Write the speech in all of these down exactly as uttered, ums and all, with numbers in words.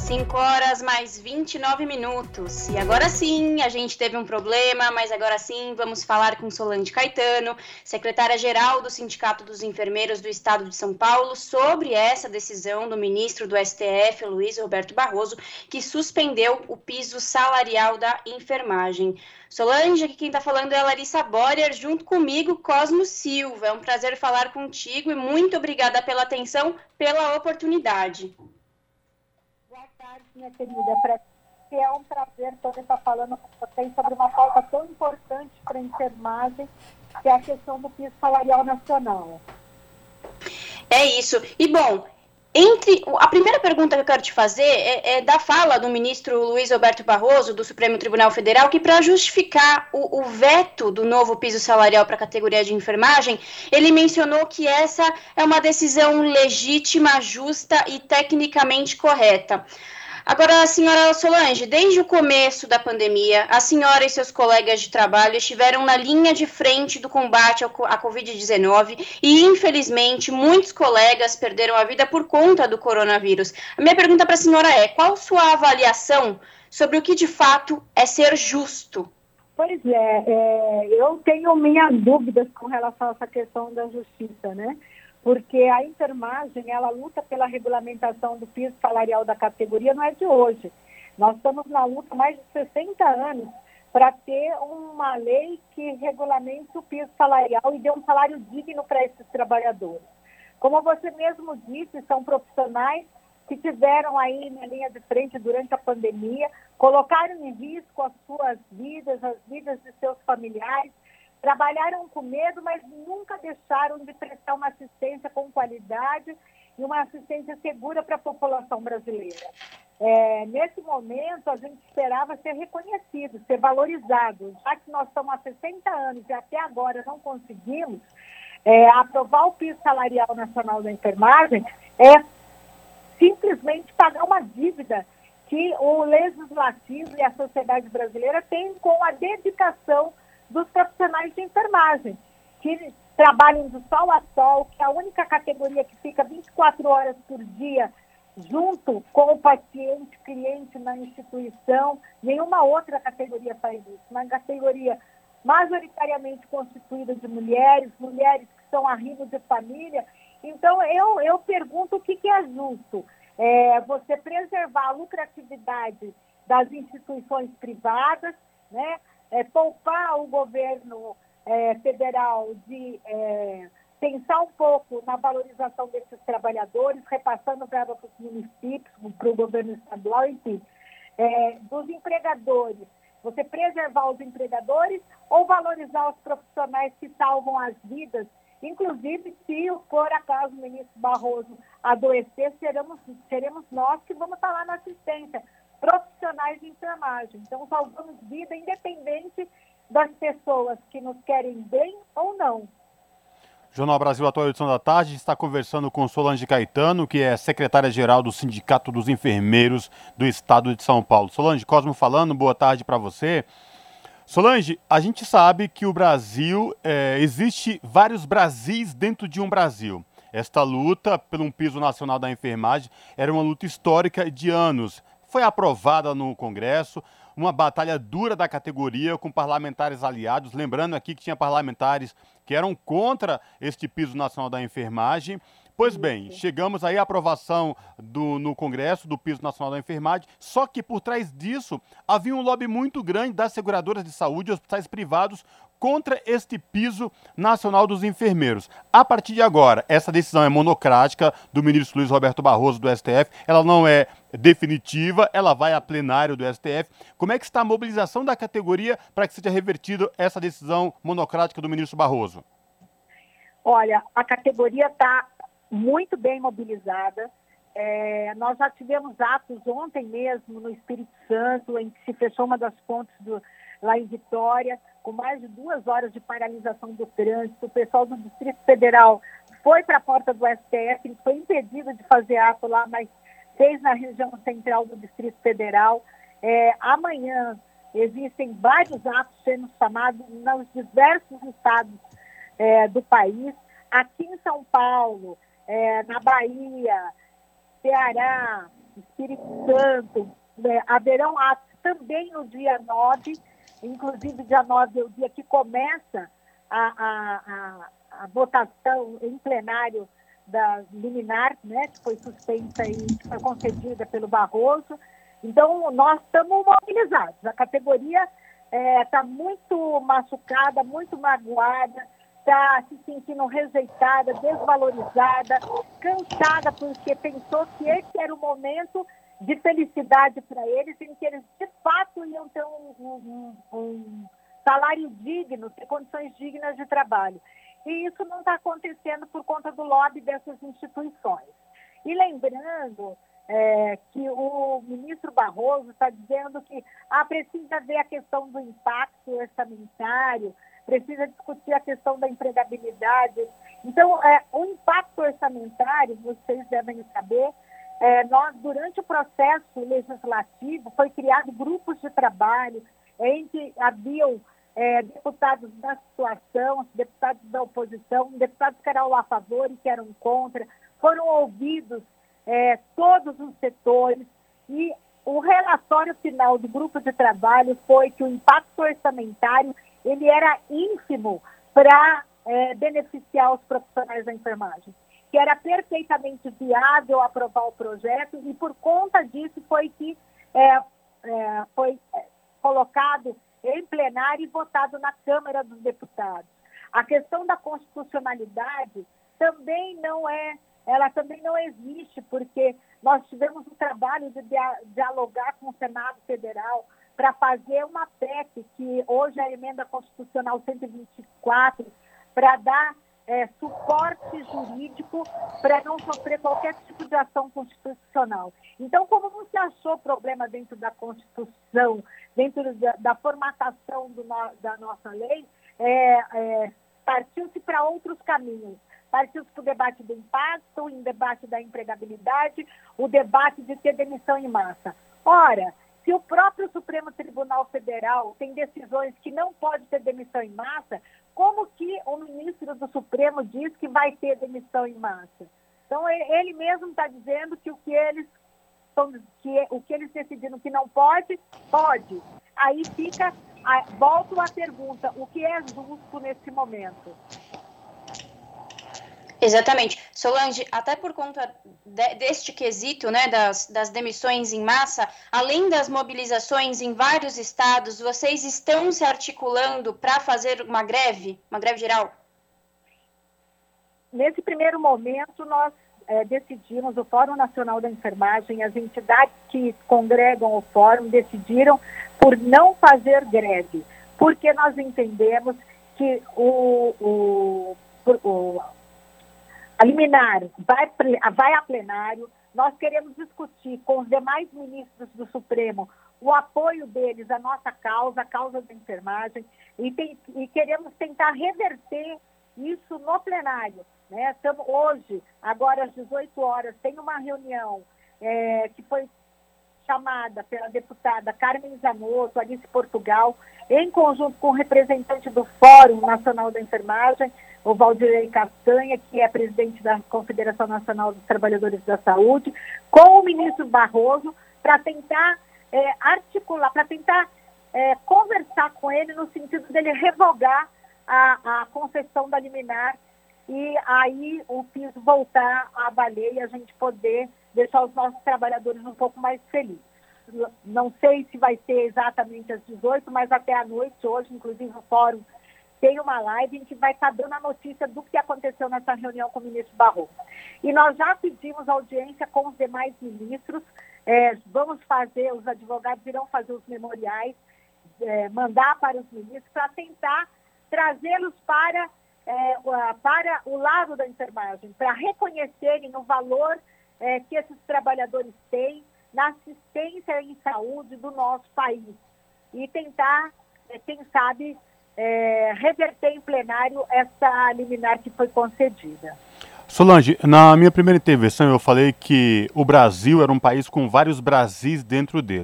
cinco horas mais vinte e nove minutos. E agora sim, a gente teve um problema, mas agora sim vamos falar com Solange Caetano, secretária-geral do Sindicato dos Enfermeiros do Estado de São Paulo, sobre essa decisão do ministro do S T F, Luiz Roberto Barroso, que suspendeu o piso salarial da enfermagem. Solange, aqui quem está falando é a Larissa Borer, junto comigo, Cosmo Silva. É um prazer falar contigo e muito obrigada pela atenção, pela oportunidade. Boa tarde, minha querida. Pra... É um prazer poder estar falando com vocês sobre uma pauta tão importante para a enfermagem, que é a questão do piso salarial nacional. É isso. E, bom, entre a primeira pergunta que eu quero te fazer é, é da fala do ministro Luiz Roberto Barroso, do Supremo Tribunal Federal, que para justificar o, o veto do novo piso salarial para a categoria de enfermagem, ele mencionou que essa é uma decisão legítima, justa e tecnicamente correta. Agora, senhora Solange, desde o começo da pandemia, a senhora e seus colegas de trabalho estiveram na linha de frente do combate à covid dezenove e, infelizmente, muitos colegas perderam a vida por conta do coronavírus. A minha pergunta para a senhora é, qual sua avaliação sobre o que, de fato, é ser justo? Pois é, é eu tenho minhas dúvidas com relação a essa questão da justiça, né? Porque a enfermagem, ela luta pela regulamentação do piso salarial da categoria, não é de hoje. Nós estamos na luta há mais de sessenta anos para ter uma lei que regulamente o piso salarial e dê um salário digno para esses trabalhadores. Como você mesmo disse, são profissionais que tiveram aí na linha de frente durante a pandemia, colocaram em risco as suas vidas, as vidas de seus familiares, trabalharam com medo, mas nunca deixaram de prestar uma assistência com qualidade e uma assistência segura para a população brasileira. É, nesse momento, a gente esperava ser reconhecido, ser valorizado. Já que nós estamos há sessenta anos e até agora não conseguimos é, aprovar o piso salarial nacional da enfermagem, é simplesmente pagar uma dívida que o legislativo e a sociedade brasileira têm com a dedicação dos profissionais de enfermagem, que trabalham de sol a sol, que é a única categoria que fica vinte e quatro horas por dia junto com o paciente, cliente na instituição. Nenhuma outra categoria faz isso. Uma categoria majoritariamente constituída de mulheres, mulheres que são arrimo de família. Então, eu, eu pergunto o que, que é justo. É você preservar a lucratividade das instituições privadas, né? É, poupar o governo é, federal de é, pensar um pouco na valorização desses trabalhadores, repassando verba para os municípios, para o governo estadual, enfim, é, dos empregadores. Você preservar os empregadores ou valorizar os profissionais que salvam as vidas, inclusive se por acaso o ministro Barroso adoecer, seremos, seremos nós que vamos estar lá na assistência, profissionais de enfermagem. Então, salvamos vida independente das pessoas que nos querem bem ou não. Jornal Brasil Atual, edição da tarde, está conversando com Solange Caetano, que é secretária-geral do Sindicato dos Enfermeiros do Estado de São Paulo. Solange, Cosmo falando, boa tarde para você. Solange, a gente sabe que o Brasil, é, existe vários Brasis dentro de um Brasil. Esta luta pelo um piso nacional da enfermagem era uma luta histórica de anos. Foi aprovada no Congresso, uma batalha dura da categoria com parlamentares aliados. Lembrando aqui que tinha parlamentares que eram contra este piso nacional da enfermagem. Pois bem, chegamos aí à aprovação do, no Congresso do piso nacional da enfermagem, só que por trás disso havia um lobby muito grande das seguradoras de saúde e hospitais privados contra este piso nacional dos enfermeiros. A partir de agora, essa decisão é monocrática do ministro Luiz Roberto Barroso do S T F, ela não é definitiva, ela vai a plenário do S T F. Como é que está a mobilização da categoria para que seja revertida essa decisão monocrática do ministro Barroso? Olha, a categoria está muito bem mobilizada. É, nós já tivemos atos ontem mesmo no Espírito Santo, em que se fechou uma das pontes do, lá em Vitória, com mais de duas horas de paralisação do trânsito. O pessoal do Distrito Federal foi para a porta do S T F, ele foi impedido de fazer ato lá, mas fez na região central do Distrito Federal. É, amanhã existem vários atos sendo chamados nos diversos estados é, do país. Aqui em São Paulo, é, na Bahia, Ceará, Espírito Santo, né? Haverão atos também no dia nove, inclusive dia nove é o dia que começa a, a, a, a votação em plenário da liminar, né, que foi suspensa e que foi concedida pelo Barroso. Então, nós estamos mobilizados. A categoria está é, muito machucada, muito magoada, está se sentindo rejeitada, desvalorizada, cansada, porque pensou que esse era o momento de felicidade para eles, em que eles, de fato, iam ter um, um, um salário digno, ter condições dignas de trabalho. E isso não está acontecendo por conta do lobby dessas instituições. E lembrando é, que o ministro Barroso está dizendo que ah, precisa ver a questão do impacto orçamentário, precisa discutir a questão da empregabilidade. Então, é, o impacto orçamentário, vocês devem saber, é, nós, durante o processo legislativo, foi criado grupos de trabalho em que haviam é, deputados da situação, deputados da oposição, deputados que eram a favor e que eram contra, foram ouvidos é, todos os setores e o relatório final do grupo de trabalho foi que o impacto orçamentário ele era ínfimo para é, beneficiar os profissionais da enfermagem, que era perfeitamente viável aprovar o projeto e por conta disso foi que é, é, foi colocado em plenário e votado na Câmara dos Deputados. A questão da constitucionalidade também não é, ela também não existe, porque nós tivemos um trabalho de dia, dialogar com o Senado Federal para fazer uma P E C, que hoje é a Emenda Constitucional cento e vinte e quatro, para dar é, suporte jurídico para não sofrer qualquer tipo de ação constitucional. Então, como não se achou problema dentro da Constituição, dentro da, da formatação do no, da nossa lei, é, é, partiu-se para outros caminhos. Partiu-se para o debate do impacto, o debate da empregabilidade, o debate de ter demissão em massa. Ora, se o próprio Supremo Tribunal Federal tem decisões que não pode ter demissão em massa, como que o ministro do Supremo diz que vai ter demissão em massa? Então, ele mesmo está dizendo que o que eles, que o que eles decidiram que não pode, pode. Aí fica, volto à pergunta, o que é justo nesse momento? Exatamente. Solange, até por conta de, deste quesito, né, das, das demissões em massa, além das mobilizações em vários estados, vocês estão se articulando para fazer uma greve, uma greve geral? Nesse primeiro momento, nós é, decidimos, o Fórum Nacional da Enfermagem, as entidades que congregam o Fórum decidiram por não fazer greve, porque nós entendemos que o... o, o a liminar vai, vai a plenário, nós queremos discutir com os demais ministros do Supremo o apoio deles à nossa causa, a causa da enfermagem, e, tem, e queremos tentar reverter isso no plenário. Né? Estamos, hoje, agora às dezoito horas, tem uma reunião é, que foi chamada pela deputada Carmen Zanotto, Alice Portugal, em conjunto com o representante do Fórum Nacional da Enfermagem, o Valdirei Castanha, que é presidente da Confederação Nacional dos Trabalhadores da Saúde, com o ministro Barroso, para tentar é, articular, para tentar é, conversar com ele no sentido dele revogar a, a concessão da liminar e aí o piso voltar a valer e a gente poder deixar os nossos trabalhadores um pouco mais felizes. Não sei se vai ser exatamente às dezoito, mas até à noite, hoje, inclusive o Fórum tem uma live em que vai estar dando a notícia do que aconteceu nessa reunião com o ministro Barroso. E nós já pedimos audiência com os demais ministros, é, vamos fazer, os advogados irão fazer os memoriais, é, mandar para os ministros para tentar trazê-los para, é, para o lado da enfermagem, para reconhecerem o valor é, que esses trabalhadores têm na assistência em saúde do nosso país e tentar, é, quem sabe, É, reverter em plenário essa liminar que foi concedida. Solange, na minha primeira intervenção eu falei que o Brasil era um país com vários Brasis dentro dele.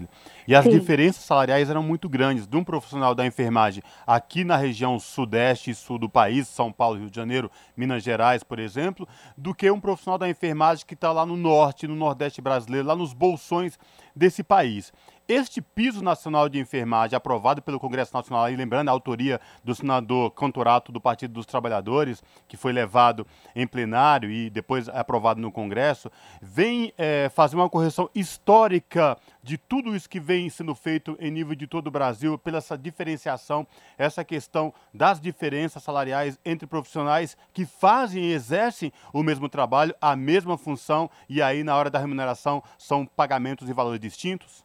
E as Sim. diferenças salariais eram muito grandes de um profissional da enfermagem aqui na região sudeste e sul do país, São Paulo, Rio de Janeiro, Minas Gerais, por exemplo, do que um profissional da enfermagem que está lá no norte, no nordeste brasileiro, lá nos bolsões desse país. Este piso nacional de enfermagem, aprovado pelo Congresso Nacional, e lembrando a autoria do senador Conturato do Partido dos Trabalhadores, que foi levado em plenário e depois aprovado no Congresso, vem é, fazer uma correção histórica de tudo isso que vem sendo feito em nível de todo o Brasil, pela essa diferenciação, essa questão das diferenças salariais entre profissionais que fazem e exercem o mesmo trabalho, a mesma função, e aí na hora da remuneração são pagamentos e valores distintos?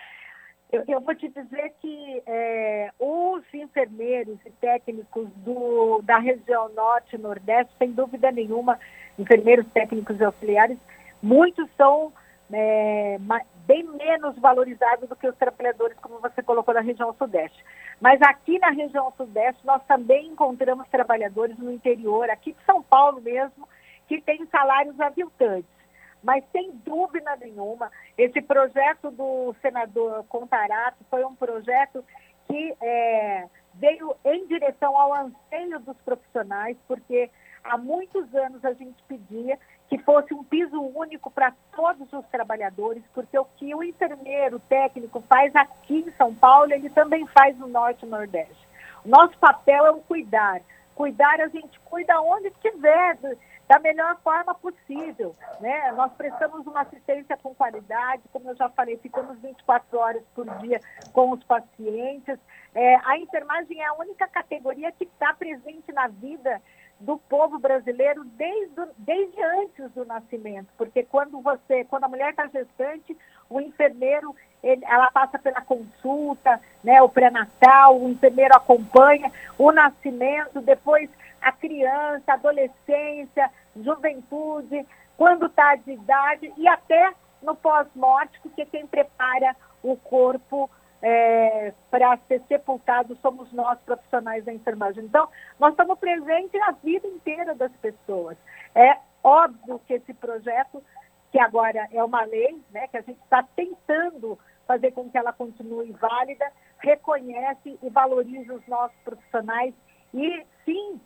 Eu, eu vou te dizer que é, os enfermeiros e técnicos do, da região norte e nordeste, sem dúvida nenhuma, enfermeiros, técnicos e auxiliares, muitos são é, bem menos valorizados do que os trabalhadores, como você colocou, da região sudeste. Mas aqui na região sudeste, nós também encontramos trabalhadores no interior, aqui de São Paulo mesmo, que têm salários aviltantes. Mas, sem dúvida nenhuma, esse projeto do senador Contarato foi um projeto que é, veio em direção ao anseio dos profissionais, porque há muitos anos a gente pedia que fosse um piso único para todos os trabalhadores, porque o que o enfermeiro técnico faz aqui em São Paulo, ele também faz no Norte e Nordeste. O nosso papel é o cuidar. Cuidar, a gente cuida onde estiver, da melhor forma possível, né? Nós prestamos uma assistência com qualidade, como eu já falei, ficamos vinte e quatro horas por dia com os pacientes. É, a enfermagem é a única categoria que está presente na vida do povo brasileiro desde, desde antes do nascimento, porque quando você, quando a mulher está gestante, o enfermeiro, ele, ela passa pela consulta, né, o pré-natal, o enfermeiro acompanha o nascimento, depois a criança, a adolescência, juventude, quando está de idade e até no pós-morte, porque quem prepara o corpo é, para ser sepultado somos nós, profissionais da enfermagem. Então, nós estamos presentes na vida inteira das pessoas. É óbvio que esse projeto, que agora é uma lei, né, que a gente está tentando fazer com que ela continue válida, reconhece e valoriza os nossos profissionais e, sim,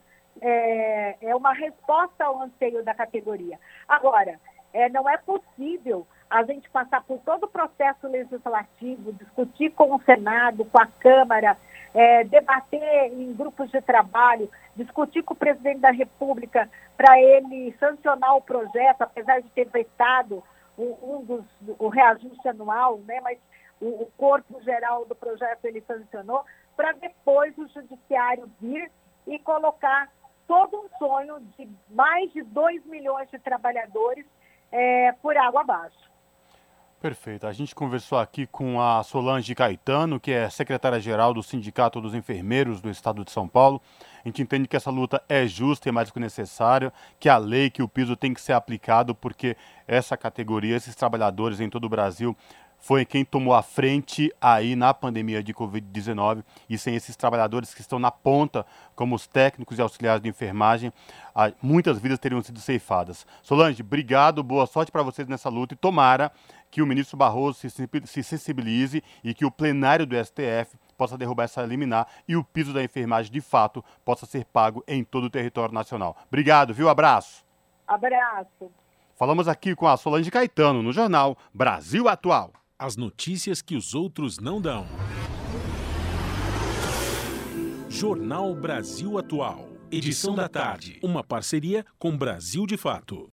É, é uma resposta ao anseio da categoria. Agora, é, não é possível a gente passar por todo o processo legislativo, discutir com o Senado, com a Câmara, é, debater em grupos de trabalho, discutir com o presidente da República para ele sancionar o projeto, apesar de ter vetado um, um dos, o reajuste anual, né, mas o, o corpo geral do projeto ele sancionou, para depois o judiciário vir e colocar todo um sonho de mais de dois milhões de trabalhadores é, por água abaixo. Perfeito. A gente conversou aqui com a Solange Caetano, que é secretária-geral do Sindicato dos Enfermeiros do Estado de São Paulo. A gente entende que essa luta é justa e mais do que necessária, que a lei, que o piso tem que ser aplicado, porque essa categoria, esses trabalhadores em todo o Brasil, foi quem tomou a frente aí na pandemia de covid dezenove, e sem esses trabalhadores que estão na ponta, como os técnicos e auxiliares de enfermagem, muitas vidas teriam sido ceifadas. Solange, obrigado, boa sorte para vocês nessa luta e tomara que o ministro Barroso se sensibilize e que o plenário do S T F possa derrubar essa liminar e o piso da enfermagem de fato possa ser pago em todo o território nacional. Obrigado, viu? Abraço. Abraço. Falamos aqui com a Solange Caetano no jornal Brasil Atual. As notícias que os outros não dão. Jornal Brasil Atual. Edição da tarde. Uma parceria com Brasil de Fato.